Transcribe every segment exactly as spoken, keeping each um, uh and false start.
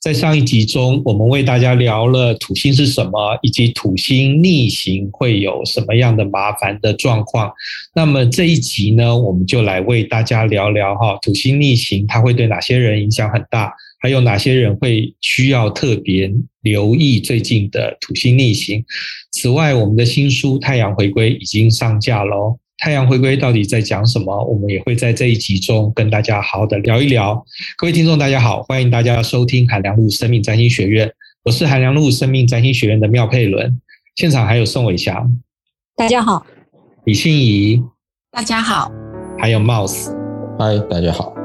在上一集中，我们为大家聊了土星是什么，以及土星逆行会有什么样的麻烦的状况。那么这一集呢，我们就来为大家聊聊哈，土星逆行它会对哪些人影响很大，还有哪些人会需要特别留意最近的土星逆行。此外，我们的新书《太阳回归》已经上架咯。太阳回归到底在讲什么？我们也会在这一集中跟大家好好的聊一聊。各位听众大家好，欢迎大家收听韩良露生命占星学院，我是韩良露生命占星学院的妙佩伦，现场还有宋伟翔， 大家好； 李信怡， 大家好； 还有 Mouse， 嗨，大家好。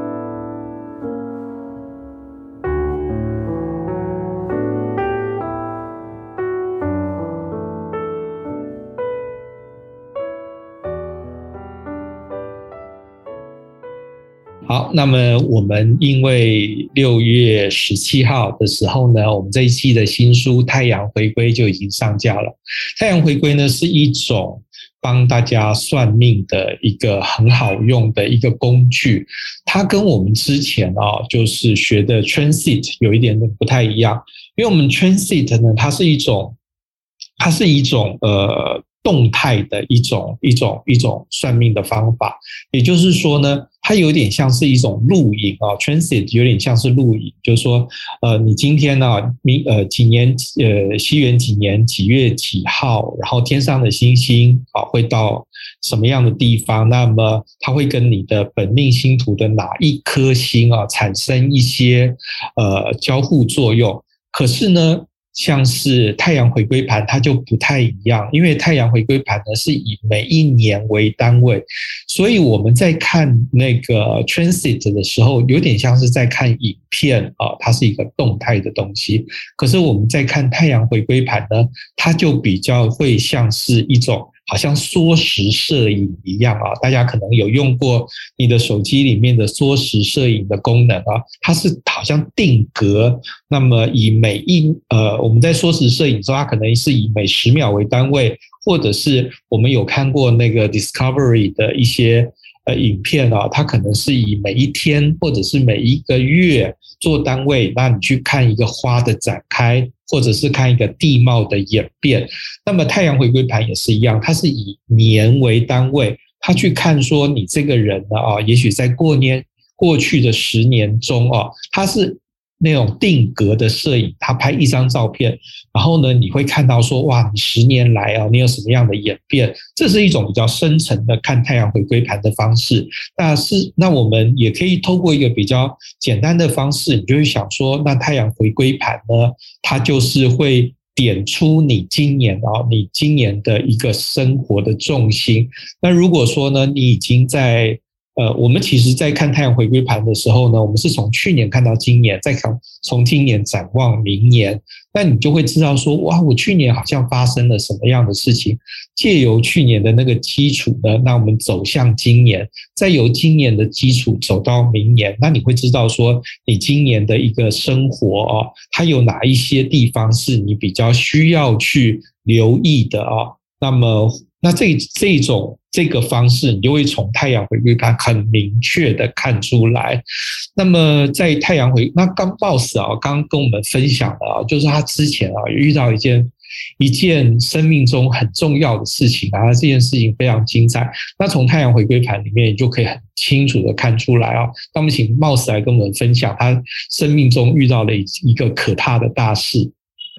好，那么我们因为六月十七号的时候呢，我们这一期的新书《太阳回归》就已经上架了。太阳回归呢是一种帮大家算命的一个很好用的一个工具，它跟我们之前啊就是学的 transit 有一点不太一样，因为我们 transit 呢，它是一种，它是一种呃。动态的一种一种一种算命的方法，也就是说呢，它有点像是一种录影啊 ，transit 有点像是录影，就是说，呃，你今天呢、啊，明呃几年呃西元几年几月几号，然后天上的星星啊会到什么样的地方，那么它会跟你的本命星图的哪一颗星啊产生一些呃交互作用，可是呢。像是太阳回归盘它就不太一样，因为太阳回归盘呢是以每一年为单位，所以我们在看那个 transit 的时候有点像是在看影片啊，它是一个动态的东西。可是我们在看太阳回归盘呢，它就比较会像是一种好像缩时摄影一样啊，大家可能有用过你的手机里面的缩时摄影的功能啊，它是好像定格，那么以每一呃我们在缩时摄影的时候，它可能是以每十秒为单位，或者是我们有看过那个 Discovery 的一些呃影片啊，它可能是以每一天或者是每一个月做单位，那你去看一个花的展开，或者是看一个地貌的演变。那么太阳回归盘也是一样，它是以年为单位，它去看说你这个人呢啊，也许在过年过去的十年中啊，它是那种定格的摄影，他拍一张照片，然后呢，你会看到说，哇，你十年来啊，你有什么样的演变？这是一种比较深层的看太阳回归盘的方式。那是，那我们也可以透过一个比较简单的方式，你就会想说，那太阳回归盘呢，它就是会点出你今年啊，你今年的一个生活的重心。那如果说呢，你已经在呃，我们其实在看太阳回归盘的时候呢，我们是从去年看到今年，再看从今年展望明年，那你就会知道说，哇，我去年好像发生了什么样的事情，借由去年的那个基础呢，那我们走向今年，再由今年的基础走到明年，那你会知道说，你今年的一个生活啊，它有哪一些地方是你比较需要去留意的啊，那么那这这种这个方式，你就会从太阳回归盘很明确的看出来。那么在太阳回，那刚 Boss 啊，刚跟我们分享的啊，就是他之前啊遇到一件一件生命中很重要的事情啊，这件事情非常精彩。那从太阳回归盘里面，你就可以很清楚的看出来啊。那我们请 Boss 来跟我们分享他生命中遇到了一个可怕的大事。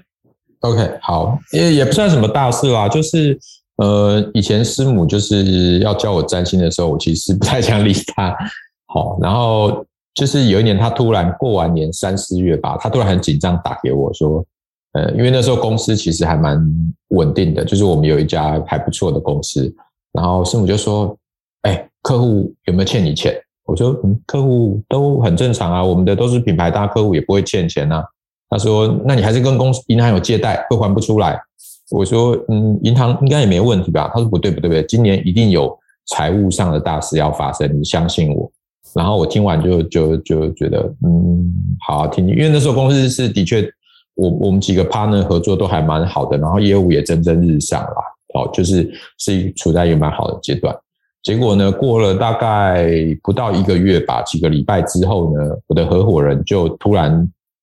OK， 好，也也不算什么大事啦，就是。呃，以前师母就是要教我占星的时候，我其实不太想理她。好，然后就是有一年，她突然过完年三四月吧，她突然很紧张打给我说，呃，因为那时候公司其实还蛮稳定的，就是我们有一家还不错的公司，然后师母就说，哎、欸，客户有没有欠你钱？我说，嗯，客户都很正常啊，我们的都是品牌大客户，也不会欠钱啊。她说，那你还是跟公司银行有借贷，会还不出来。我说，嗯，银行应该也没问题吧？他说不对不对不对，今年一定有财务上的大事要发生，你相信我。然后我听完就就就觉得，嗯，好好听，因为那时候公司是的确，我我们几个 partner 合作都还蛮好的，然后业务也蒸蒸日上啦，好，就是是处在一个蛮好的阶段。结果呢，过了大概不到一个月吧，几个礼拜之后呢，我的合伙人就突然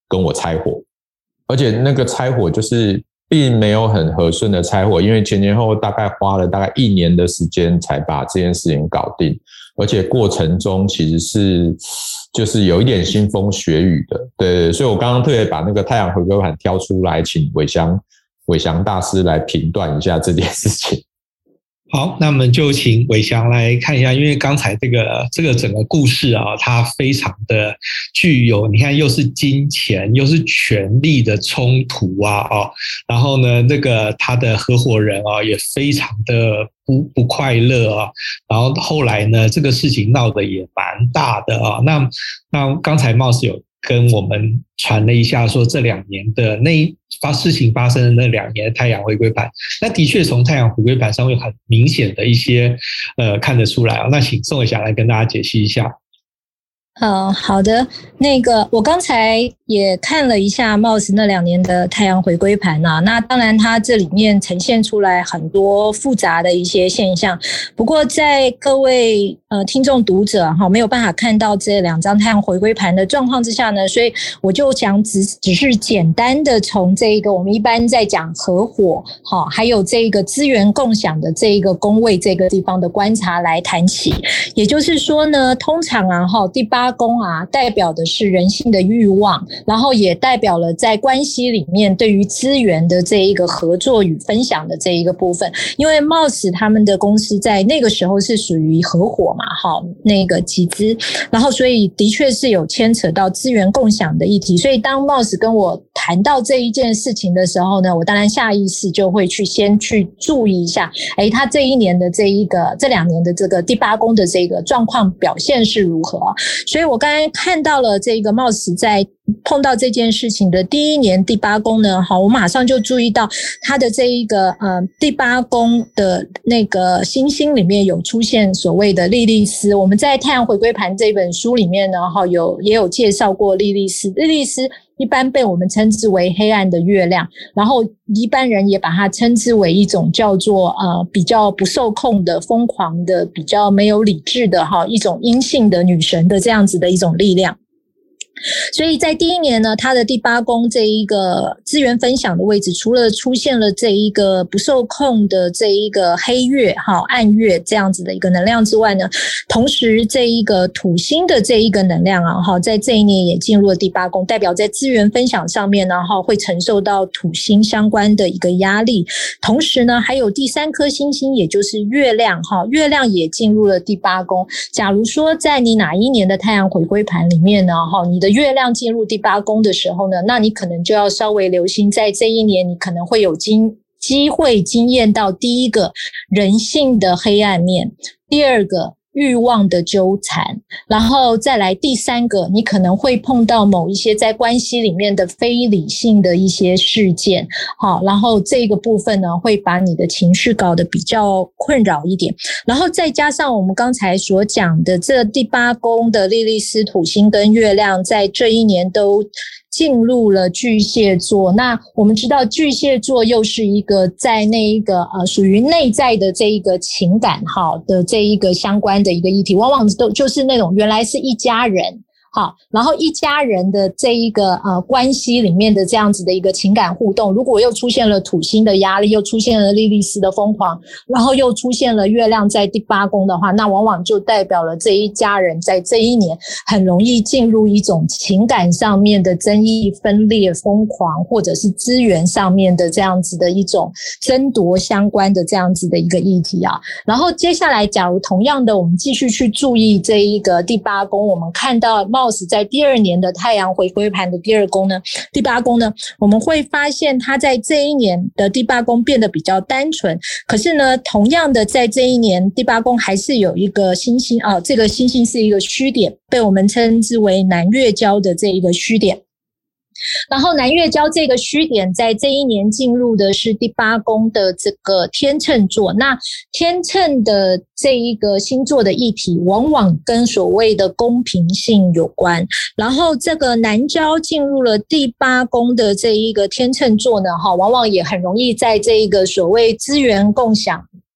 跟我拆伙，而且那个拆伙就是并没有很和顺的拆伙，因为前前后后大概花了大概一年的时间才把这件事情搞定，而且过程中其实是就是有一点腥风血雨的，对对，所以我刚刚特别把那个太阳回归盘挑出来，请伟翔伟翔大师来评断一下这件事情。 好，那么就请伟翔来看一下，因为刚才这个这个整个故事啊，它非常的具有，你看又是金钱又是权力的冲突啊，哦，然后呢，这个他的合伙人啊也非常的不不快乐啊，然后后来呢，这个事情闹得也蛮大的啊。那那刚才貌似有跟我们传了一下，说这两年的那发事情发生的那两年的太阳回归盘，那的确从太阳回归盘上有很明显的一些呃看得出来啊。那请宋伟翔来跟大家解析一下。 呃，好的，那个我刚才也看了一下 Mouse 那两年的太阳回归盘啊，那当然它这里面呈现出来很多复杂的一些现象，不过在各位呃听众读者哈没有办法看到这两张太阳回归盘的状况之下呢，所以我就想只只是简单的从这一个我们一般在讲合伙哈，还有这个资源共享的这一个宫位这个地方的观察来谈起，也就是说呢，通常啊哈第八宫啊，代表的是人性的欲望，然后也代表了在关系里面对于资源的这一个合作与分享的这一个部分。因为 Mouse 他们的公司在那个时候是属于合伙嘛，好，那个集资，然后所以的确是有牵扯到资源共享的议题。所以当 Mouse 跟我谈到这一件事情的时候呢，我当然下意识就会去先去注意一下，诶，他这一年的这一个这两年的这个第八宫的这个状况表现是如何啊？所以我刚才看到了这个 Mouse 在碰到这件事情的第一年第八宫呢，好，我马上就注意到他的这一个呃第八宫的那个星星里面有出现所谓的莉莉丝。我们在太阳回归盘这本书里面呢，哈，有也有介绍过莉莉丝。莉莉丝一般被我们称之为黑暗的月亮，然后一般人也把它称之为一种叫做呃比较不受控的、疯狂的、比较没有理智的哈一种阴性的女神的这样子的一种力量。所以在第一年呢，他的第八宫这一个资源分享的位置，除了出现了这一个不受控的这一个黑月哈暗月这样子的一个能量之外呢，同时这一个土星的这一个能量啊哈，在这一年也进入了第八宫，代表在资源分享上面呢哈会承受到土星相关的一个压力。同时呢，还有第三颗星星，也就是月亮哈，月亮也进入了第八宫。假如说在你哪一年的太阳回归盘里面呢哈，你的月亮进入第八宫的时候呢，那你可能就要稍微留心，在这一年你可能会有经机会经验到第一个人性的黑暗面，第二个欲望的纠缠，然后再来第三个，你可能会碰到某一些在关系里面的非理性的一些事件，好，然后这个部分呢，会把你的情绪搞得比较困扰一点，然后再加上我们刚才所讲的这第八宫的莉莉丝、土星跟月亮，在这一年都进入了巨蟹座。那我们知道巨蟹座又是一个在那一个呃属于内在的这一个情感好的这一个相关的一个议题，往往都就是那种原来是一家人好，然后一家人的这一个呃关系里面的这样子的一个情感互动，如果又出现了土星的压力，又出现了莉莉丝的疯狂，然后又出现了月亮在第八宫的话，那往往就代表了这一家人在这一年很容易进入一种情感上面的争议、分裂、疯狂，或者是资源上面的这样子的一种争夺相关的这样子的一个议题啊。然后接下来假如同样的我们继续去注意这一个第八宫，我们看到Mouse在第二年的太阳回归盘的第二宫呢，第八宫呢，我们会发现它在这一年的第八宫变得比较单纯。可是呢，同样的在这一年第八宫还是有一个星星啊，这个星星是一个虚点，被我们称之为南月交的这一个虚点。然后南月交这个虚点在这一年进入的是第八宫的这个天秤座，那天秤的这一个星座的议题往往跟所谓的公平性有关，然后这个南交进入了第八宫的这一个天秤座呢，往往也很容易在这一个所谓资源共享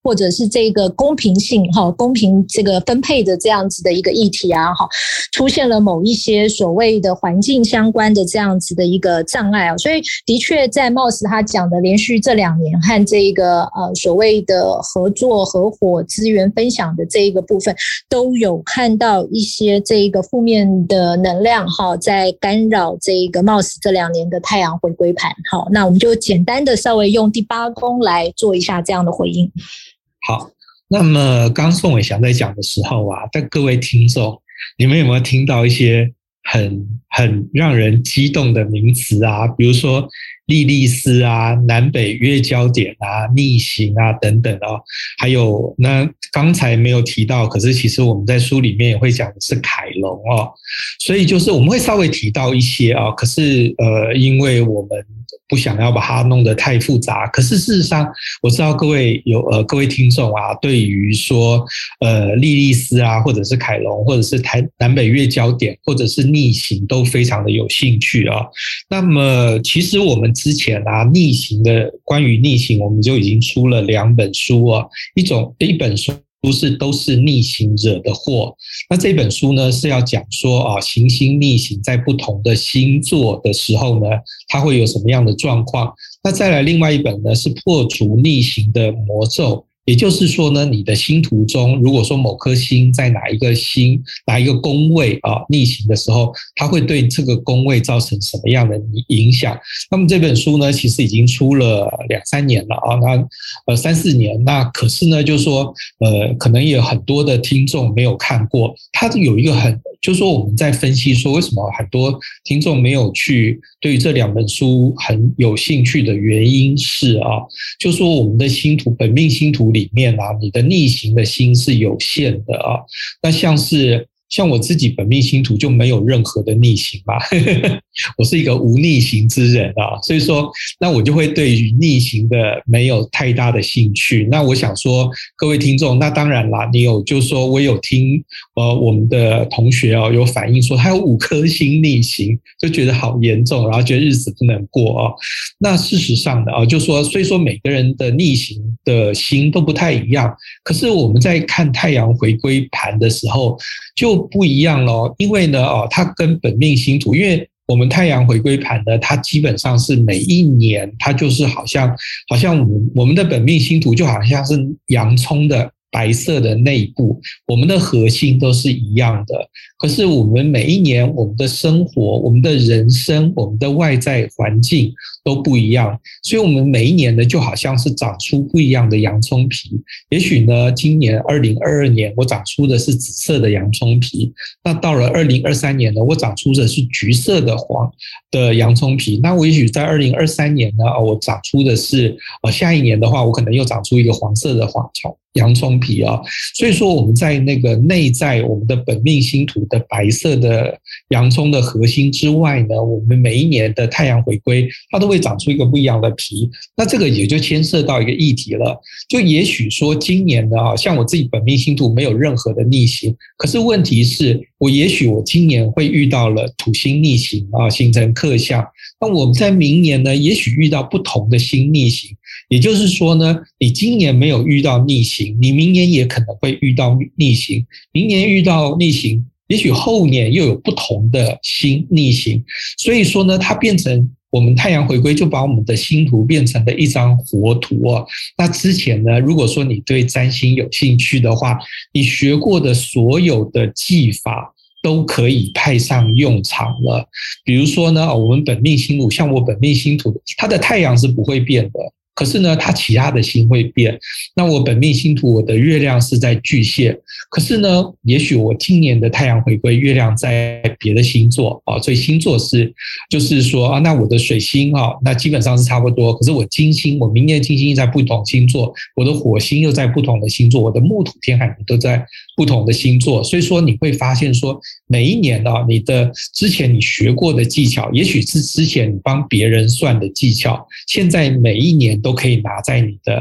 或者是这个公平性哈，公平这个分配的这样子的一个议题啊，哈，出现了某一些所谓的环境相关的这样子的一个障碍啊，所以的确在茂斯他讲的连续这两年和这一个呃所谓的合作、合伙、资源分享的这一个部分，都有看到一些这一个负面的能量哈，在干扰这一个茂斯这两年的太阳回归盘。好，那我们就简单的稍微用第八宫来做一下这样的回应。 好，那么刚宋伟祥在讲的时候啊，但各位听众，你们有没有听到一些很很让人激动的名词啊？比如说莉莉丝啊、南北月交点啊、逆行啊等等哦，还有那刚才没有提到，可是其实我们在书里面也会讲的是凯龙哦，所以就是我们会稍微提到一些啊，可是呃，因为我们不想要把它弄得太复杂，可是事实上我知道各位有呃各位听众啊，对于说呃莉莉丝啊，或者是凯龙，或者是台南北月交点，或者是逆行，都非常的有兴趣啊。那么其实我们之前啊，逆行的关于逆行，我们就已经出了两本书啊，一种一本书。都是都是逆行惹的祸。那这本书呢是要讲说啊，行星逆行在不同的星座的时候呢，它会有什么样的状况？那再来另外一本呢是破除逆行的魔咒。也就是说呢，你的星图中，如果说某颗星在哪一个星、哪一个宫位啊逆行的时候，它会对这个宫位造成什么样的影响？那么这本书呢，其实已经出了两三年了啊，那呃三四年，那可是呢，就是说呃，可能也有很多的听众没有看过。它有一个很，就是说我们在分析说，为什么很多听众没有去对于这两本书很有兴趣的原因是啊，就是说我们的星图本命星图里面啊，你的逆行的星是有限的啊。那像是像我自己本命星图就没有任何的逆行嘛，我是一个无逆行之人啊，所以说那我就会对于逆行的没有太大的兴趣。那我想说各位听众，那当然啦，你有就是说我有听呃我们的同学哦有反映说他有五颗星逆行，就觉得好严重，然后觉得日子不能过哦。那事实上的啊，就说所以说每个人的逆行的星都不太一样，可是我们在看太阳回归盘的时候就不一样咯，因为呢哦，它跟本命星图，因为我们太阳回归盘呢，它基本上是每一年，它就是好像好像我们我们的本命星图就好像是洋葱的白色的内部，我们的核心都是一样的。可是我们每一年，我们的生活、我们的人生、我们的外在环境都不一样，所以我们每一年呢，就好像是长出不一样的洋葱皮。也许呢，今年二零二二年我长出的是紫色的洋葱皮，那到了二零二三年呢，我长出的是橘色的黄的洋葱皮。那我也许在二零二三年呢，我长出的是呃下一年的话，我可能又长出一个黄色的黄葱。洋葱皮啊，所以说我们在那个内在我们的本命星图的白色的洋葱的核心之外呢，我们每一年的太阳回归，它都会长出一个不一样的皮。那这个也就牵涉到一个议题了，就也许说今年呢，像我自己本命星图没有任何的逆行，可是问题是我也许我今年会遇到了土星逆行啊，形成克相。那我们在明年呢，也许遇到不同的星逆行，也就是说呢，你今年没有遇到逆行，你明年也可能会遇到逆行，明年遇到逆行，也许后年又有不同的星逆行。所以说呢，它变成我们太阳回归就把我们的星图变成了一张活图哦。那之前呢，如果说你对占星有兴趣的话，你学过的所有的技法都可以派上用场了。比如说呢，我们本命星图，像我本命星图，它的太阳是不会变的，可是呢，它其他的星会变。那我本命星图，我的月亮是在巨蟹，可是呢，也许我今年的太阳回归，月亮在别的星座啊，所以星座是就是说啊，那我的水星啊，那基本上是差不多。可是我金星，我明年金星在不同星座，我的火星又在不同的星座，我的木土天海都在不同的星座。所以说你会发现说，每一年啊，你的之前你学过的技巧，也许是之前你帮别人算的技巧，现在每一年都可以拿在你的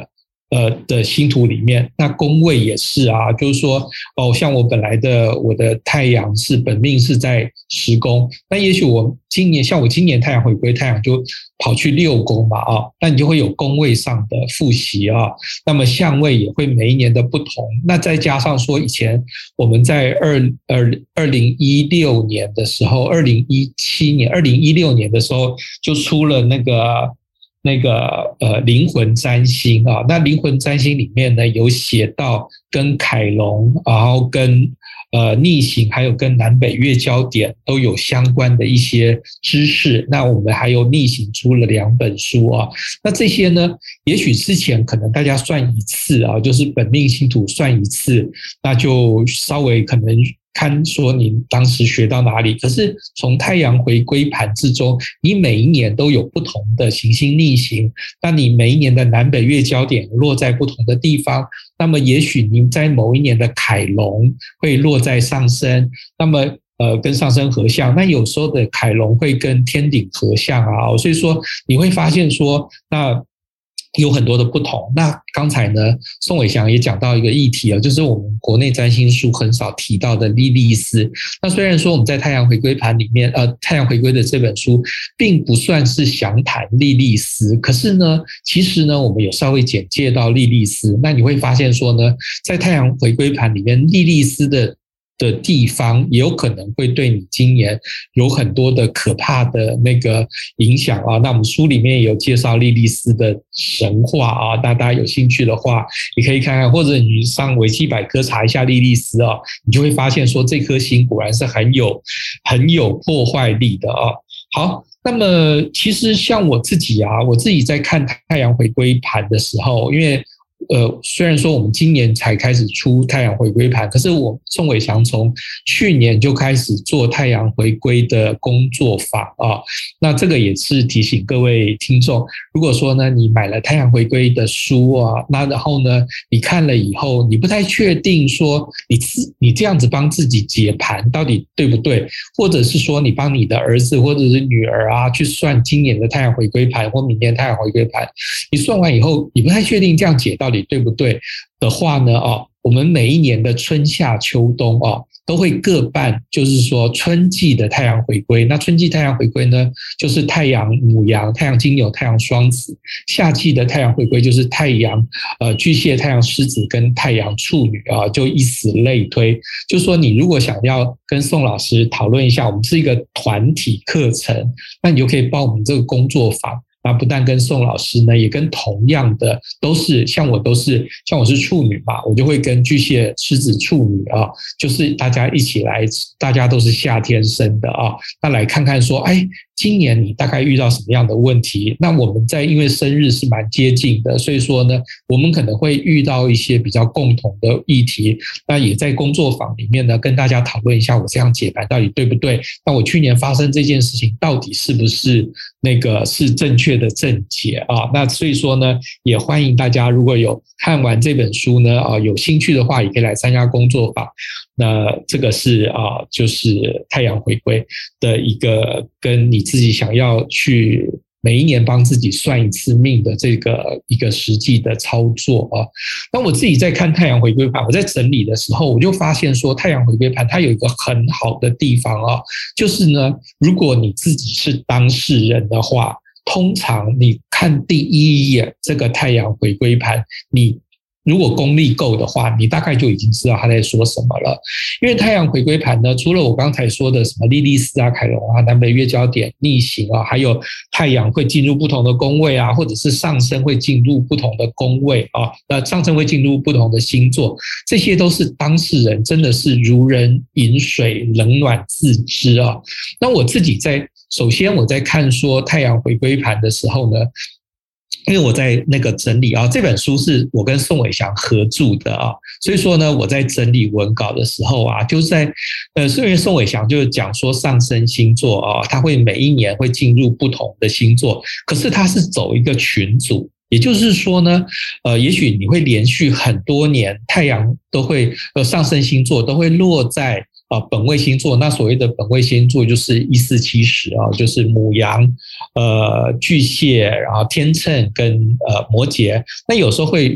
呃的星图里面，那宫位也是啊，就是说哦，像我本来的我的太阳是本命是在十宫，那也许我今年像我今年太阳回归，太阳就跑去六宫嘛啊，那你就会有宫位上的复习啊，那么相位也会每一年的不同，那再加上说以前我们在二二二零一六年的时候，二零一七年、二零一六年的时候就出了那个。那个呃灵魂占星啊，那灵魂占星里面呢有写到跟凯龙，然后跟呃逆行，还有跟南北月交点都有相关的一些知识。那我们还有逆行出了两本书啊，那这些呢，也许之前可能大家算一次啊，就是本命星图算一次，那就稍微可能。看说你当时学到哪里，可是从太阳回归盘之中，你每一年都有不同的行星逆行，那你每一年的南北月交点落在不同的地方，那么也许你在某一年的凯龙会落在上升，那么呃跟上升合相，那有时候的凯龙会跟天顶合相啊，所以说你会发现说那。有很多的不同。那刚才呢，宋伟祥也讲到一个议题啊，就是我们国内占星书很少提到的莉莉丝。那虽然说我们在太阳回归盘里面，呃，太阳回归的这本书并不算是详谈莉莉丝，可是呢，其实呢，我们有稍微简介到莉莉丝。那你会发现说呢，在太阳回归盘里面，莉莉丝的的地方也有可能会对你今年有很多的可怕的那个影响啊。那我们书里面也有介绍莉莉丝的神话啊，那大家有兴趣的话你可以看看，或者你上维基百科查一下莉莉丝啊，你就会发现说这颗星果然是很有很有破坏力的啊。好，那么其实像我自己啊，我自己在看太阳回归盘的时候，因为呃，虽然说我们今年才开始出太阳回归盘，可是我宋伟祥从去年就开始做太阳回归的工作坊啊。那这个也是提醒各位听众，如果说呢你买了太阳回归的书啊，那然后呢你看了以后，你不太确定说你自你这样子帮自己解盘到底对不对，或者是说你帮你的儿子或者是女儿啊去算今年的太阳回归盘或明年太阳回归盘，你算完以后你不太确定这样解到底对不对的话呢，哦，我们每一年的春夏秋冬哦，都会各办，就是说春季的太阳回归。那春季太阳回归呢，就是太阳牡羊、太阳金牛、太阳双子；夏季的太阳回归就是太阳呃巨蟹、太阳狮子跟太阳处女啊，就以此类推。就是说，你如果想要跟宋老师讨论一下，我们是一个团体课程，那你就可以报我们这个工作坊。那不但跟宋老师呢，也跟同样的都是像我都是像我是处女嘛，我就会跟巨蟹、狮子、处女啊，就是大家一起来，大家都是夏天生的啊，那来看看说，哎，今年你大概遇到什么样的问题？那我们在因为生日是蛮接近的，所以说呢，我们可能会遇到一些比较共同的议题。那也在工作坊里面呢，跟大家讨论一下我这样解盘到底对不对？那我去年发生这件事情到底是不是那个是正确的正解啊？那所以说呢，也欢迎大家如果有看完这本书呢，啊，有兴趣的话，也可以来参加工作坊。那这个是啊，就是太阳回归的一个跟你自己想要去每一年帮自己算一次命的这个一个实际的操作啊。那我自己在看太阳回归盘，我在整理的时候，我就发现说，太阳回归盘它有一个很好的地方啊，就是呢，如果你自己是当事人的话，通常你看第一眼这个太阳回归盘，你如果功力够的话，你大概就已经知道他在说什么了。因为太阳回归盘呢，除了我刚才说的什么莉莉丝啊、凯龙啊、南北月交点逆行啊，还有太阳会进入不同的宫位啊，或者是上升会进入不同的宫位啊，那上升会进入不同的星座，这些都是当事人真的是如人饮水，冷暖自知啊。那我自己在首先我在看说太阳回归盘的时候呢，因为我在那个整理啊，这本书是我跟宋伟祥合著的啊，所以说呢，我在整理文稿的时候啊，就是在呃，因为宋伟祥就讲说上升星座啊，他会每一年会进入不同的星座，可是他是走一个群组。也就是说呢，呃，也许你会连续很多年，太阳都会呃上升星座都会落在啊、呃、本位星座。那所谓的本位星座就是一四七十啊，就是牡羊、呃巨蟹，然后天秤跟呃摩羯。那有时候会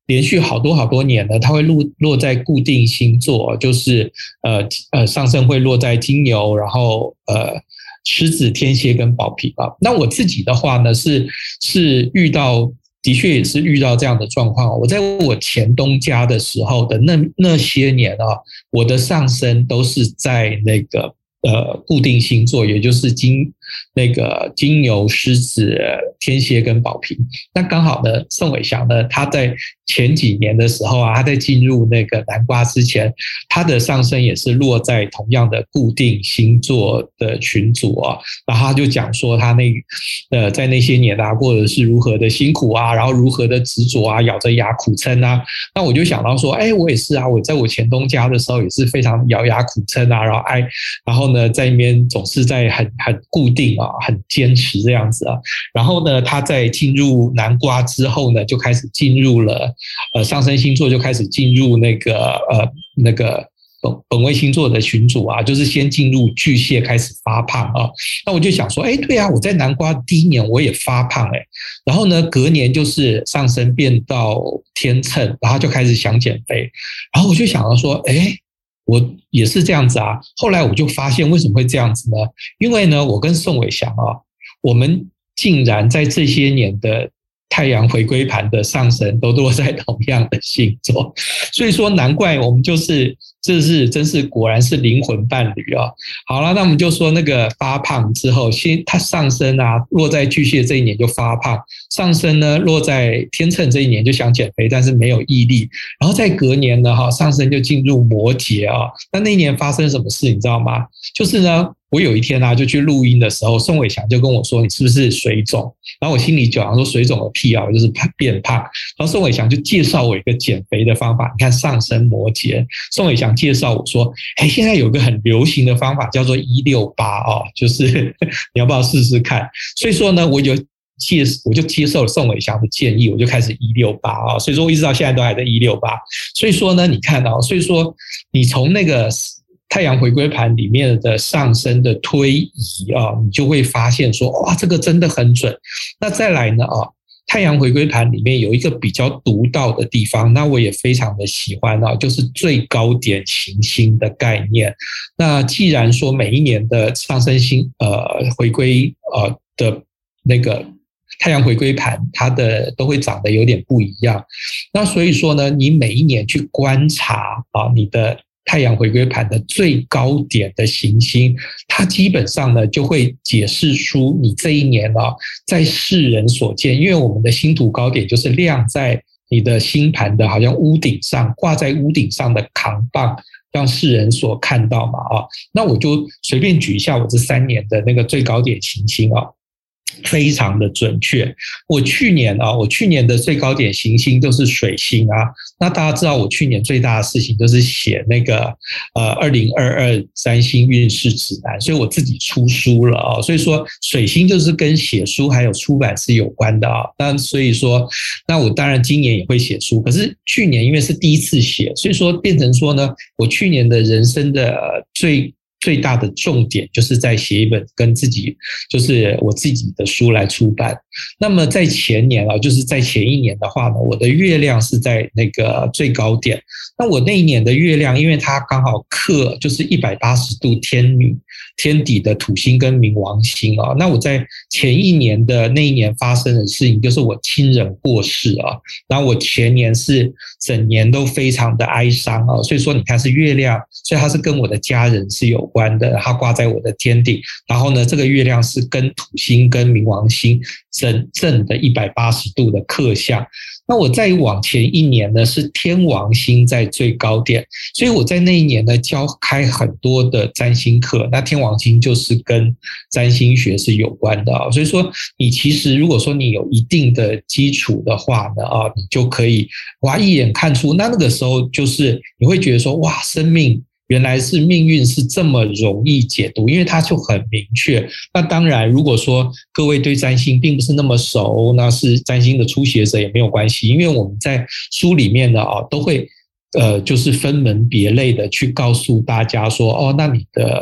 连续好多好多年呢，它会落落在固定星座，就是呃呃上升会落在金牛，然后呃狮子、天蝎跟宝瓶啊。那我自己的话呢，是是遇到。的确也是遇到这样的状况。我在我前东家的时候的那那些年啊，我的上升都是在那个呃固定星座，也就是金那个金牛、狮子、天蝎跟宝瓶。那刚好呢，宋伟祥呢，他在前几年的时候啊，他在进入那个南瓜之前，他的上升也是落在同样的固定星座的群组啊，然后他就讲说他那呃在那些年啊过的是如何的辛苦啊，然后如何的执着啊，咬着牙苦撑啊。那我就想到说，哎，我也是啊，我在我前东家的时候也是非常咬牙苦撑啊，然后哎，然后呢在那边总是在很很固定啊，很坚持这样子啊。然后呢，他在进入南瓜之后呢，就开始进入了。呃，上升星座就开始进入那个呃那个本本位星座的群组啊，就是先进入巨蟹开始发胖啊。那我就想说，哎，对啊，我在南瓜第一年我也发胖哎，然后呢，隔年就是上升变到天秤，然后就开始想减肥，然后我就想到说，哎，我也是这样子啊。后来我就发现为什么会这样子呢？因为呢，我跟宋伟祥啊，我们竟然在这些年的太阳回归盘的上升都落在同样的星座，所以说难怪我们就是这是真是果然是灵魂伴侣啊。好了，那我们就说那个发胖之后，先它上升啊落在巨蟹这一年就发胖，上升呢落在天秤这一年就想减肥，但是没有毅力，然后在隔年呢哈上升就进入摩羯啊。那那一年发生什么事你知道吗？就是呢。我有一天啊，就去录音的时候，宋伟祥就跟我说：“你是不是水肿？”然后我心里就想说：“水肿个屁啊，我就是变胖。”然后宋伟祥就介绍我一个减肥的方法。你看上升摩羯，宋伟祥介绍我说：“哎，现在有一个很流行的方法叫做一六八哦，就是你要不要试试看？”所以说呢，我就接我就接受了宋伟祥的建议，我就开始一六八啊。所以说我一直到现在都还在一六八。所以说呢，你看到、哦，所以说你从那个。太阳回归盘里面的上升的推移啊，你就会发现说，哇，这个真的很准。那再来呢啊，太阳回归盘里面有一个比较独到的地方，那我也非常的喜欢啊，就是最高点行星的概念。那既然说每一年的上升星呃回归呃的那个太阳回归盘，它的都会长得有点不一样。那所以说呢，你每一年去观察啊，你的太阳回归盘的最高点的行星，它基本上呢就会解释出你这一年啊，在世人所见，因为我们的星图高点就是亮在你的星盘的好像屋顶上，挂在屋顶上的扛棒，让世人所看到嘛啊。那我就随便举一下我这三年的那个最高点行星啊。非常的准确。我去年啊，我去年的最高点行星就是水星啊。那大家知道我去年最大的事情就是写那个呃二零二二占星运势指南，所以我自己出书了啊。所以说水星就是跟写书还有出版是有关的啊。那所以说，那我当然今年也会写书，可是去年因为是第一次写，所以说变成说呢，我去年的人生的最最大的重点就是在写一本跟自己就是我自己的书来出版。那么在前年啊，就是在前一年的话呢，我的月亮是在那个最高点。那我那一年的月亮，因为它刚好克就是一百八十度天冥天底的土星跟冥王星啊。那我在前一年的那一年发生的事情，就是我亲人过世啊。然后我前年是整年都非常的哀伤啊，所以说你看是月亮，所以它是跟我的家人是有关的，它挂在我的天顶。然后呢，这个月亮是跟土星跟冥王星正正的一百八十度的克相。那我再往前一年呢，是天王星在最高点，所以我在那一年呢教开很多的占星课。那天王星就是跟占星学是有关的啊，所以说你其实如果说你有一定的基础的话呢啊，你就可以哇一眼看出。那那个时候就是你会觉得说哇，生命原来是命运是这么容易解读，因为它就很明确。那当然如果说各位对占星并不是那么熟，那是占星的初学者也没有关系，因为我们在书里面呢啊都会呃，就是分门别类的去告诉大家说，哦，那你的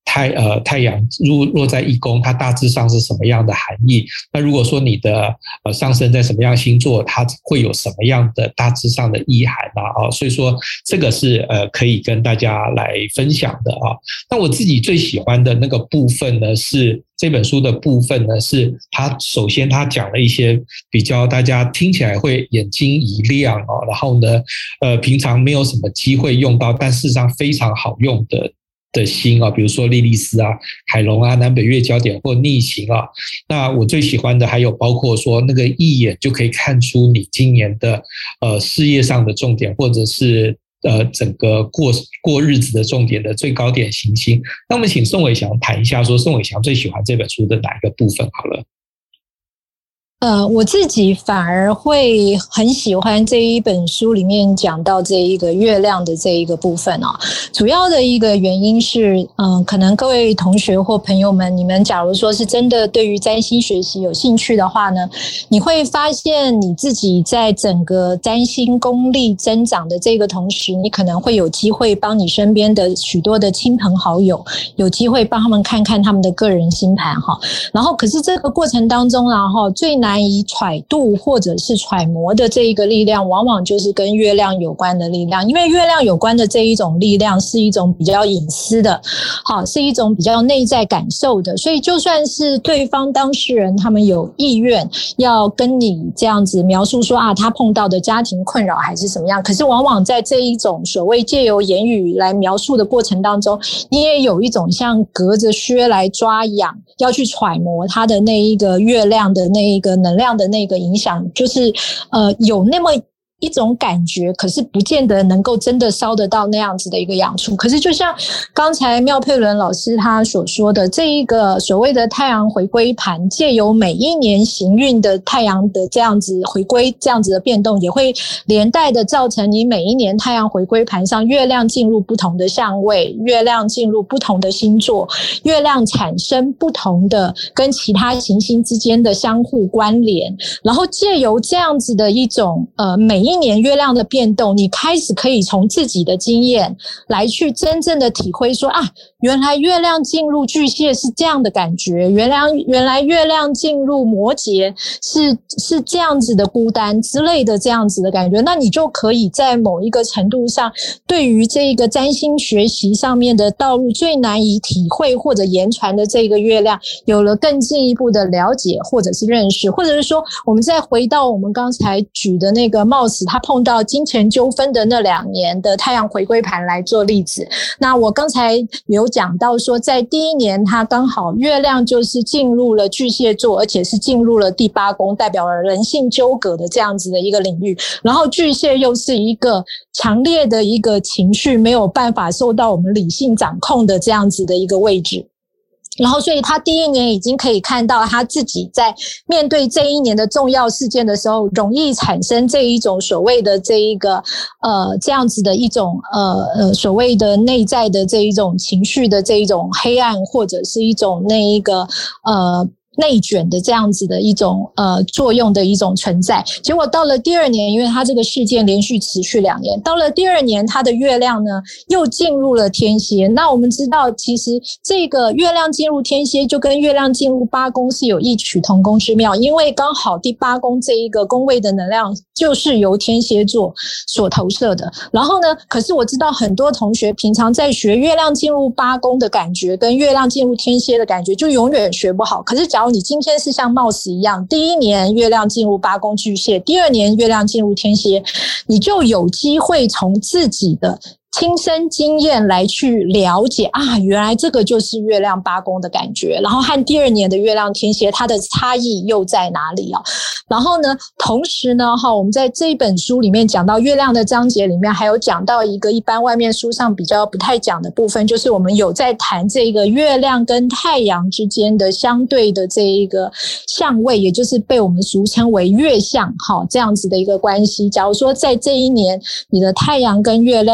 太呃太阳落落在一宫，它大致上是什么样的含义？那如果说你的呃上升在什么样的星座，它会有什么样的大致上的意涵啊？啊，所以说这个是呃可以跟大家来分享的啊。那我自己最喜欢的那个部分呢，是这本书的部分呢，是它首先它讲了一些比较大家听起来会眼睛一亮啊，然后呢呃平常没有什么机会用到，但事实上非常好用的的星啊，比如说莉莉丝啊、海龙啊、南北月焦点或逆行啊。那我最喜欢的还有包括说那个一眼就可以看出你今年的呃事业上的重点，或者是呃整个过过日子的重点的最高点行星。那我们请宋伟翔谈一下，说宋伟翔最喜欢这本书的哪一个部分好了。 呃，我自己反而会很喜欢这一本书里面讲到这一个月亮的这一个部分啊。主要的一个原因是，嗯、呃，可能各位同学或朋友们，你们假如说是真的对于占星学习有兴趣的话呢，你会发现你自己在整个占星功力增长的这个同时，你可能会有机会帮你身边的许多的亲朋好友，有机会帮他们看看他们的个人星盘哈。然后，可是这个过程当中啊，哈，最难难以揣度或者是揣摩的这一个力量，往往就是跟月亮有关的力量。因为月亮有关的这一种力量是一种比较隐私的，好，是一种比较内在感受的，所以就算是对方当事人他们有意愿要跟你这样子描述说啊，他碰到的家庭困扰还是什么样，可是往往在这一种所谓借由言语来描述的过程当中，你也有一种像隔着靴来抓痒，要去揣摩他的那一个月亮的那一个能量的那个影响，就是呃有那么一种感觉，可是不见得能够真的烧得到那样子的一个痒处。可是就像刚才廖佩伦老师他所说的，这一个所谓的太阳回归盘，借由每一年行运的太阳的这样子回归这样子的变动，也会连带的造成你每一年太阳回归盘上月亮进入不同的相位，月亮进入不同的星座，月亮产生不同的跟其他行星之间的相互关联，然后借由这样子的一种呃每一一年月亮的变动，你开始可以从自己的经验来去真正的体会说啊，原来月亮进入巨蟹是这样的感觉，原来原来月亮进入摩羯是是这样子的孤单之类的这样子的感觉，那你就可以在某一个程度上，对于这个占星学习上面的道路最难以体会或者言传的这个月亮，有了更进一步的了解或者是认识，或者是说我们再回到我们刚才举的那个貌似他碰到金钱纠纷的那两年的太阳回归盘来做例子。那我刚才有讲到说，在第一年他刚好月亮就是进入了巨蟹座，而且是进入了第八宫，代表了人性纠葛的这样子的一个领域，然后巨蟹又是一个强烈的一个情绪没有办法受到我们理性掌控的这样子的一个位置，然后所以他第一年已经可以看到他自己在面对这一年的重要事件的时候，容易产生这一种所谓的这一个呃这样子的一种呃呃所谓的内在的这一种情绪的这一种黑暗，或者是一种那一个呃内卷的这样子的一种呃作用的一种存在。结果到了第二年，因为它这个事件连续持续两年，到了第二年它的月亮呢又进入了天蝎。那我们知道其实这个月亮进入天蝎就跟月亮进入八宫是有异曲同工之妙，因为刚好第八宫这一个宫位的能量就是由天蝎座所投射的。然后呢，可是我知道很多同学平常在学月亮进入八宫的感觉跟月亮进入天蝎的感觉就永远学不好。可是假如你今天是像貌似一样，第一年月亮进入八宫巨蟹，第二年月亮进入天蝎，你就有机会从自己的亲身经验来去了解啊，原来这个就是月亮八宫的感觉，然后和第二年的月亮天蝎它的差异又在哪里啊？然后呢，同时呢哈，我们在这一本书里面讲到月亮的章节里面还有讲到一个一般外面书上比较不太讲的部分，就是我们有在谈这个月亮跟太阳之间的相对的这一个相位，也就是被我们俗称为月相哈，这样子的一个关系。假如说在这一年你的太阳跟月亮哈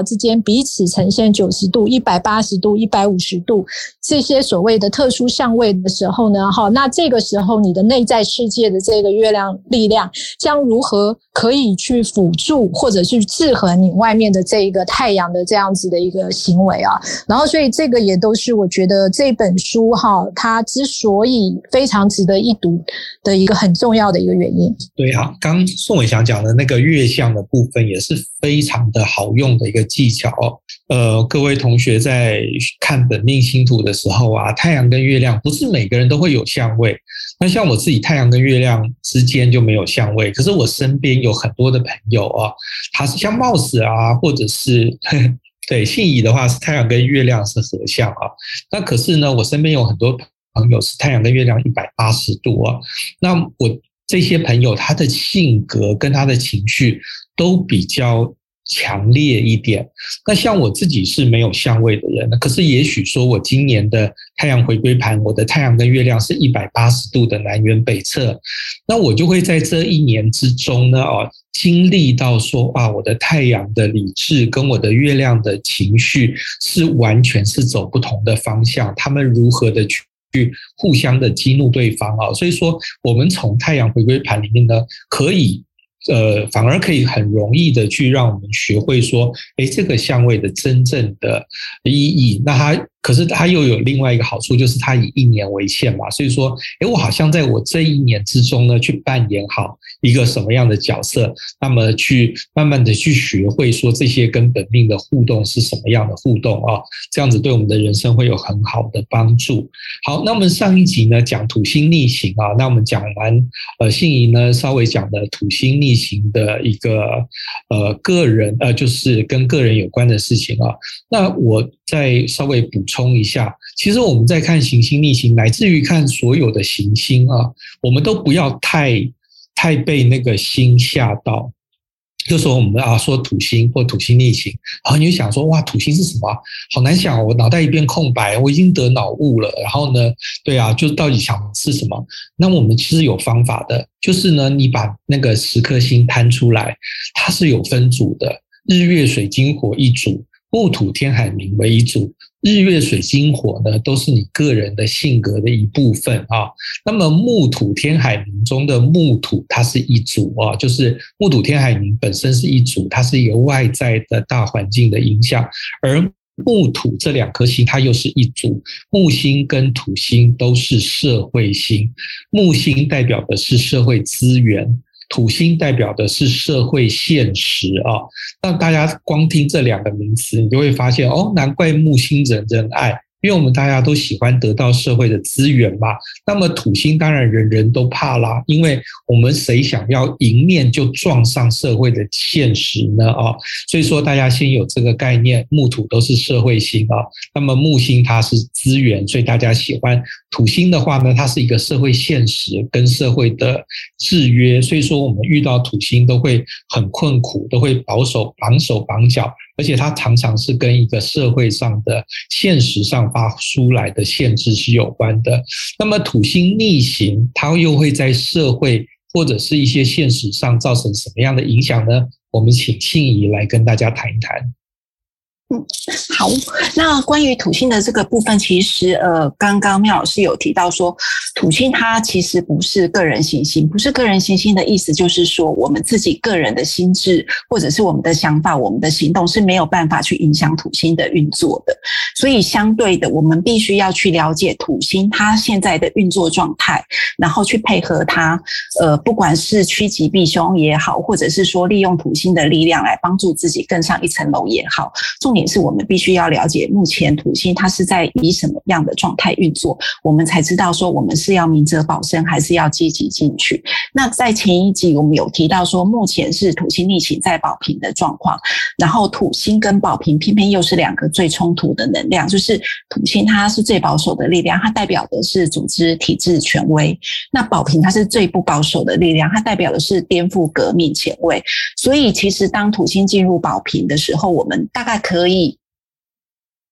脑之间彼此呈现九十度、一百八十度、一百五十度这些所谓的特殊相位的时候呢，那这个时候你的内在世界的这个月亮力量将如何可以去辅助或者去制衡你外面的这一个太阳的这样子的一个行为啊。然后所以这个也都是我觉得这本书哈，它之所以非常值得一读的一个很重要的一个原因。 对啊，刚宋伟祥讲的那个月相的部分也是非常的好用的一个技巧哦。呃，各位同学在看本命星图的时候啊，太阳跟月亮不是每个人都会有相位。那像我自己太阳跟月亮之间就没有相位，可是我身边有很多的朋友啊，他是像帽子啊，或者是呵呵对信宜的话是太阳跟月亮是合相啊。那可是呢，我身边有很多朋友是太阳跟月亮一百八十度啊。那我这些朋友他的性格跟他的情绪都比较强烈一点。那像我自己是没有相位的人，可是也许说我今年的太阳回归盘，我的太阳跟月亮是一百八十度的南辕北辙，那我就会在这一年之中呢，哦，经历到说啊，我的太阳的理智跟我的月亮的情绪是完全是走不同的方向，他们如何的去去互相的激怒对方啊。所以说我们从太阳回归盘里面呢，可以呃，反而可以很容易的去让我们学会说，诶，这个相位的真正的意义。那它可是它又有另外一个好处，就是它以一年为限嘛，所以说，诶，我好像在我这一年之中呢，去扮演好一个什么样的角色，那么去慢慢的去学会说这些跟本命的互动是什么样的互动啊，这样子对我们的人生会有很好的帮助。好，那我们上一集呢讲土星逆行啊，那我们讲完呃信宜呢稍微讲的土星逆行的一个呃个人呃就是跟个人有关的事情啊，那我再稍微补充一下，其实我们在看行星逆行，乃至于看所有的行星啊，我们都不要太太被那个星吓到。就说我们啊说土星或土星逆行，然后你就想说哇，土星是什么啊？好难想哦，我脑袋一片空白，我已经得脑雾了。然后呢，对啊，就到底想是什么？那我们其实有方法的，就是呢，你把那个十颗星摊出来，它是有分组的，日月水金火一组，木土天海冥为一组。日月水金火呢，都是你个人的性格的一部分啊。那么木土天海冥中的木土，它是一组啊，就是木土天海冥本身是一组，它是一个外在的大环境的影响，而木土这两颗星它又是一组，木星跟土星都是社会星，木星代表的是社会资源，土星代表的是社会现实啊。那大家光听这两个名词，你就会发现哦，难怪木星人人爱，因为我们大家都喜欢得到社会的资源嘛。那么土星当然人人都怕啦，因为我们谁想要迎面就撞上社会的现实呢啊？所以说大家先有这个概念，木土都是社会星啊，那么木星它是资源，所以大家喜欢。土星的话呢，它是一个社会现实跟社会的制约，所以说我们遇到土星都会很困苦，都会保守绑手绑脚，而且它常常是跟一个社会上的现实上发出来的限制是有关的。那么土星逆行，它又会在社会或者是一些现实上造成什么样的影响呢？我们请信宜来跟大家谈一谈。 嗯，好，那关于土星的这个部分，其实呃，刚刚妙老师有提到说，土星它其实不是个人行星，不是个人行星的意思就是说，我们自己个人的心智或者是我们的想法、我们的行动是没有办法去影响土星的运作的。所以相对的，我们必须要去了解土星它现在的运作状态，然后去配合它，呃，不管是趋吉避凶也好，或者是说利用土星的力量来帮助自己更上一层楼也好，重点是我们必须要了解目前土星它是在以什么样的状态运作，我们才知道说我们是要明哲保身还是要积极进取。那在前一集我们有提到说，目前是土星逆行在宝瓶的状况，然后土星跟宝瓶偏偏又是两个最冲突的能量，就是土星它是最保守的力量，它代表的是组织体制权威，那宝瓶它是最不保守的力量，它代表的是颠覆革命前卫。所以其实当土星进入宝瓶的时候，我们大概可以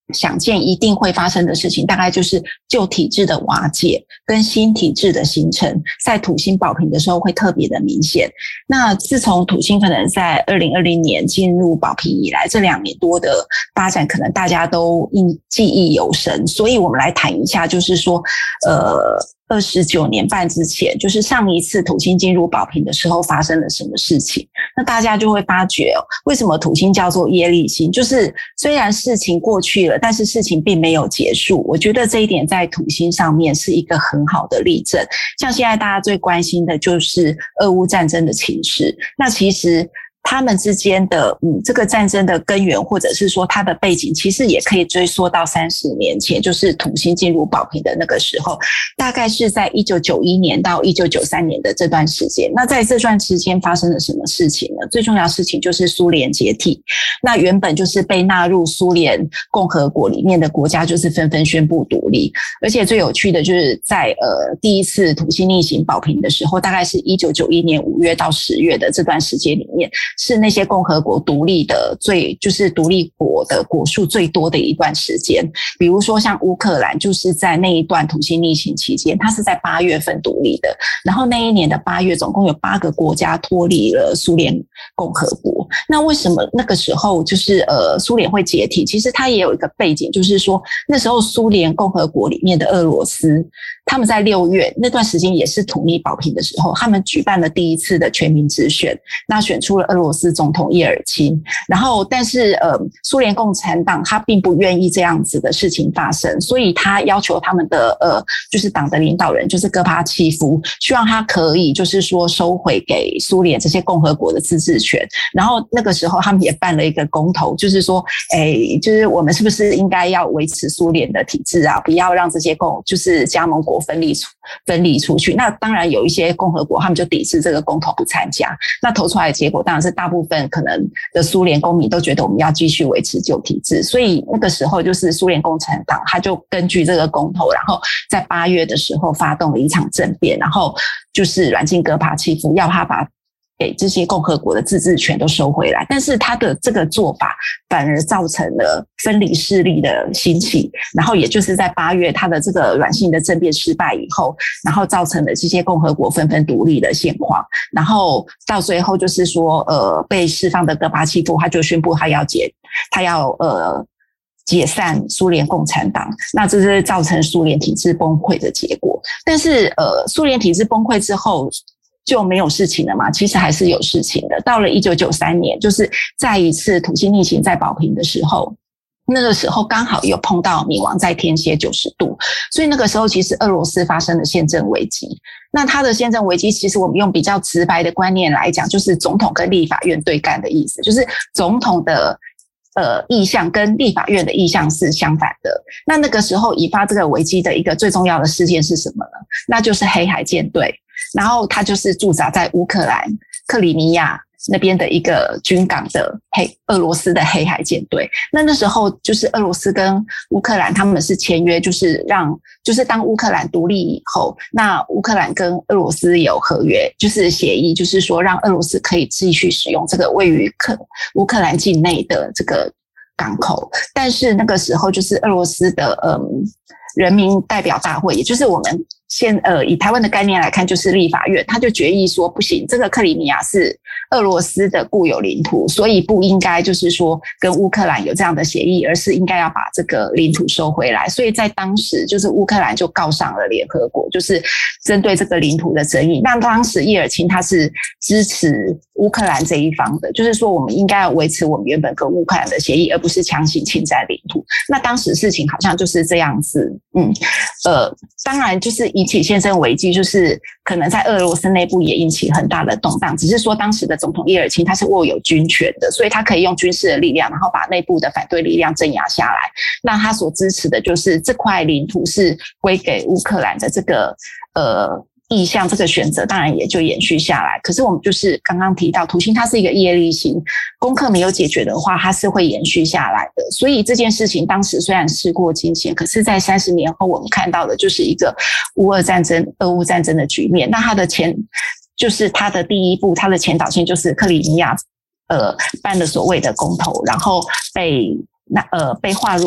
想见一定会发生的事情，大概就是旧体制的瓦解跟新体制的形成，在土星宝瓶的时候会特别的明显。那自从土星可能在二零二零年进入宝瓶以来，这两年多的发展，可能大家都印记忆犹深，所以我们来谈一下，就是说，呃。二十九年半之前，就是上一次土星进入宝瓶的时候发生了什么事情，那大家就会发觉哦，为什么土星叫做业力星，就是虽然事情过去了，但是事情并没有结束。我觉得这一点在土星上面是一个很好的例证。像现在大家最关心的就是俄乌战争的情势，那其实他们之间的嗯，这个战争的根源，或者是说它的背景，其实也可以追溯到三十年前，就是土星进入宝瓶的那个时候，大概是在一九九一年到一九九三年的这段时间。那在这段时间发生了什么事情呢？最重要的事情就是苏联解体。那原本就是被纳入苏联共和国里面的国家，就是纷纷宣布独立。而且最有趣的就是在呃第一次土星逆行宝瓶的时候，大概是一九九一年五月到十月的这段时间里面，是那些共和国独立的最就是独立国的国数最多的一段时间。比如说像乌克兰，就是在那一段土星逆行期间，它是在八月份独立的，然后那一年的八月总共有八个国家脱离了苏联共和国。那为什么那个时候就是呃苏联会解体？其实它也有一个背景，就是说那时候苏联共和国里面的俄罗斯，他们在六月那段时间也是土逆宝瓶的时候，他们举办了第一次的全民直选，那选出了俄罗斯总统叶尔钦。然后但是呃苏联共产党他并不愿意这样子的事情发生，所以他要求他们的呃就是党的领导人就是戈巴契夫，希望他可以就是说收回给苏联这些共和国的自治权。然后那个时候他们也办了一个公投，就是说诶就是我们是不是应该要维持苏联的体制啊，不要让这些共就是加盟国分离出分离出去。那当然有一些共和国他们就抵制这个公投不参加，那投出来的结果当然是大部分可能的苏联公民都觉得我们要继续维持旧体制。所以那个时候就是苏联共产党他就根据这个公投，然后在八月的时候发动了一场政变，然后就是软禁戈巴契夫，要他把给这些共和国的自治权都收回来。但是他的这个做法反而造成了分离势力的兴起，然后也就是在八月他的这个软性的政变失败以后，然后造成了这些共和国纷纷独立的现况。然后到最后就是说呃被释放的戈巴契夫他就宣布他要解他要呃解散苏联共产党，那这是造成苏联体制崩溃的结果。但是呃苏联体制崩溃之后就没有事情了嘛？其实还是有事情的。到了一九九三年，就是再一次土星逆行在宝瓶的时候，那个时候刚好又碰到冥王在天蝎九十度，所以那个时候其实俄罗斯发生了宪政危机。那它的宪政危机，其实我们用比较直白的观念来讲，就是总统跟立法院对干的意思，就是总统的呃意向跟立法院的意向是相反的。那那个时候引发这个危机的一个最重要的事件是什么呢？那就是黑海舰队。然后它就是驻扎在乌克兰克里米亚那边的一个军港的黑俄罗斯的黑海舰队。那那时候就是俄罗斯跟乌克兰他们是签约，就是让就是当乌克兰独立以后，那乌克兰跟俄罗斯有合约，就是协议，就是说让俄罗斯可以继续使用这个位于克乌克兰境内的这个港口。但是那个时候就是俄罗斯的嗯人民代表大会，也就是我们现呃以台湾的概念来看，就是立法院，他就决议说不行，这个克里米亚是俄罗斯的固有领土，所以不应该就是说跟乌克兰有这样的协议，而是应该要把这个领土收回来。所以在当时就是乌克兰就告上了联合国，就是针对这个领土的争议。那当时叶尔钦他是支持乌克兰这一方的，就是说我们应该要维持我们原本跟乌克兰的协议，而不是强行侵占领土。那当时事情好像就是这样子，嗯，呃，当然就是引起宪政危机，就是可能在俄罗斯内部也引起很大的动荡。只是说当时的总统叶尔钦他是握有军权的，所以他可以用军事的力量，然后把内部的反对力量镇压下来。那他所支持的就是这块领土是归给乌克兰的这个呃意向，这个选择当然也就延续下来。可是我们就是刚刚提到土星它是一个业力星，功课没有解决的话它是会延续下来的。所以这件事情当时虽然事过境迁，可是在三十年后我们看到的就是一个乌俄战争俄乌战争的局面。那它的前就是它的第一步，它的前导线就是克里米亚呃办了所谓的公投，然后被那呃被划入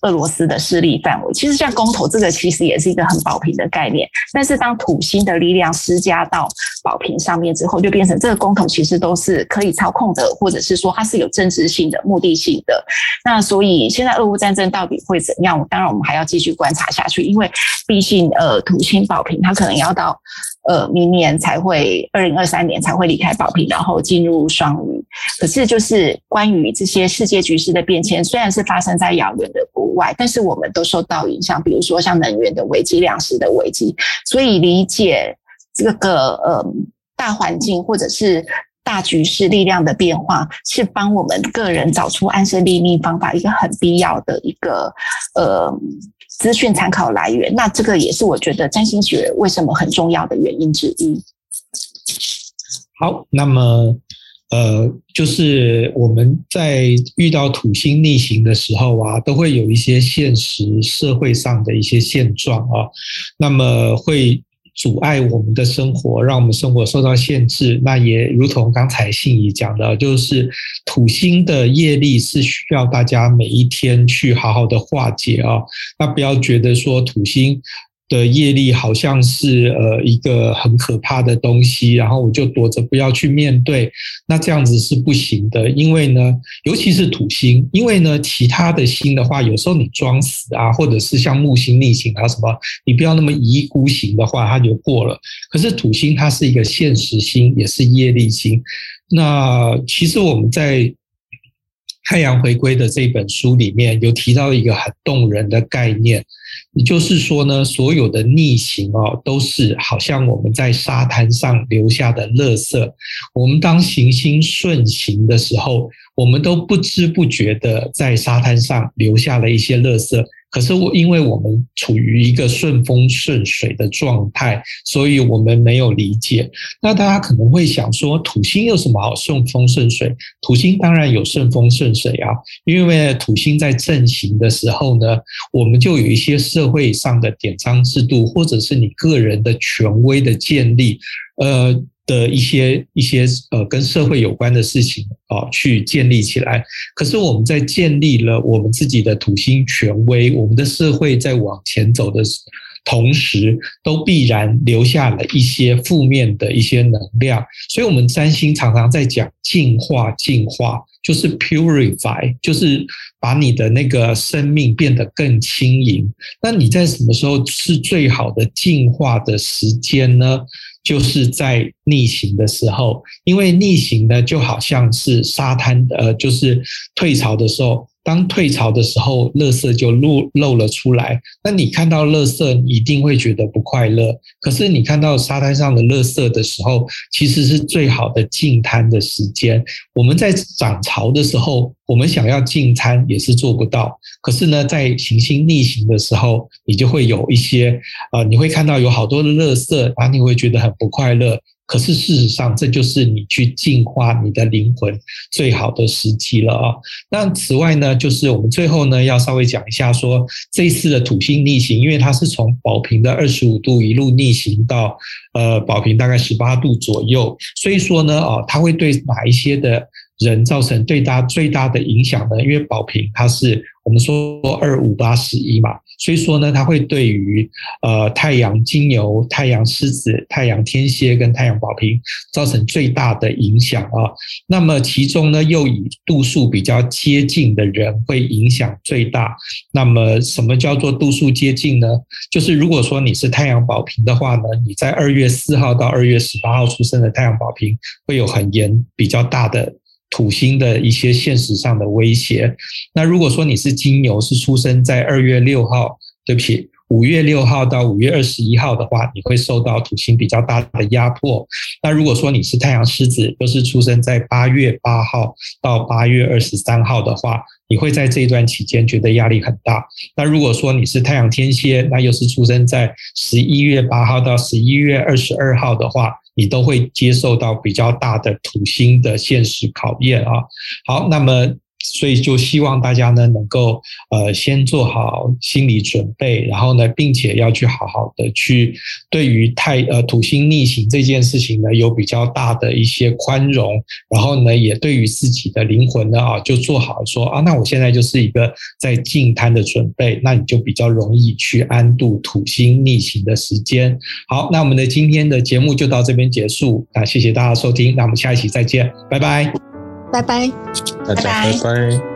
俄罗斯的势力范围。其实像公投这个其实也是一个很保平的概念，但是当土星的力量施加到保平上面之后，就变成这个公投其实都是可以操控的，或者是说它是有政治性的、目的性的。那所以现在俄乌战争到底会怎样？当然我们还要继续观察下去，因为毕竟呃土星保平它可能要到呃明年才会二零二三年才会离开保平，然后进入双鱼。可是就是关于这些世界局势的变迁，虽然是发生在遥远的国外，但是我们都受到影响，比如说像能源的危机、粮食的危机，所以理解这个呃大环境或者是大局势力量的变化，是帮我们个人找出安身立命方法一个很必要的一个呃资讯参考来源。那这个也是我觉得占星学为什么很重要的原因之一。 好，那么呃，就是我们在遇到土星逆行的时候啊，都会有一些现实社会上的一些现状啊，那么会阻碍我们的生活，让我们生活受到限制。那也如同刚才信怡讲的，就是土星的业力是需要大家每一天去好好的化解啊。那不要觉得说土星的业力好像是呃一个很可怕的东西，然后我就躲着不要去面对，那这样子是不行的。因为呢，尤其是土星，因为呢其他的星的话，有时候你装死啊，或者是像木星逆行啊什么，你不要那么一意孤行的话，它就过了。可是土星它是一个现实星，也是业力星。那其实我们在太阳回归的这本书里面有提到一个很动人的概念，也就是说呢，所有的逆行哦，都是好像我们在沙滩上留下的垃圾。我们当行星顺行的时候，我们都不知不觉的在沙滩上留下了一些垃圾。可是我因为我们处于一个顺风顺水的状态，所以我们没有理解。那大家可能会想说，土星有什么好顺风顺水？土星当然有顺风顺水啊，因为土星在正行的时候呢，我们就有一些社会上的典章制度，或者是你个人的权威的建立，呃。的一些一些呃跟社会有关的事情啊、呃，去建立起来。可是我们在建立了我们自己的土星权威，我们的社会在往前走的同时，都必然留下了一些负面的一些能量。所以我们占星常常在讲净化，净化就是 purify， 就是把你的那个生命变得更轻盈。那你在什么时候是最好的净化的时间呢？就是在逆行的时候，因为逆行呢就好像是沙滩的，呃，就是退潮的时候，当退潮的时候，垃圾就露露了出来。那你看到垃圾，你一定会觉得不快乐。可是你看到沙滩上的垃圾的时候，其实是最好的净滩的时间。我们在涨潮的时候，我们想要净滩也是做不到。可是呢，在行星逆行的时候，你就会有一些，呃，你会看到有好多的垃圾，然后你会觉得很不快乐。可是事实上，这就是你去净化你的灵魂最好的时机了啊。那此外呢，就是我们最后呢要稍微讲一下说，这一次的土星逆行，因为它是从宝瓶的二十五度一路逆行到呃宝瓶大概十八度左右，所以说呢，哦，它会对哪一些的人造成最大最大的影响呢？因为宝瓶它是我们说二五八十一嘛，所以说呢，它会对于呃太阳金牛、太阳狮子、太阳天蝎跟太阳宝瓶造成最大的影响啊。那么其中呢，又以度数比较接近的人会影响最大。那么什么叫做度数接近呢？就是如果说你是太阳宝瓶的话呢，你在二月四号到二月十八号出生的太阳宝瓶会有很严比较大的土星的一些现实上的威胁。那如果说你是金牛，是出生在二月六号，对不起，五月六号到五月二十一号的话，你会受到土星比较大的压迫。那如果说你是太阳狮子，就是出生在八月八号到八月二十三号的话，你会在这一段期间觉得压力很大。那如果说你是太阳天蝎，那又是出生在十一月八号到十一月二十二号的话，你都会接受到比较大的土星的现实考验啊。好，那么所以就希望大家呢能够呃先做好心理准备，然后呢，并且要去好好的去对于太呃土星逆行这件事情呢有比较大的一些宽容，然后呢也对于自己的灵魂呢啊就做好说啊，那我现在就是一个在静滩的准备，那你就比较容易去安度土星逆行的时间。好，那我们的今天的节目就到这边结束，那谢谢大家收听，那我们下一期再见，拜拜。 拜拜， 大家拜拜。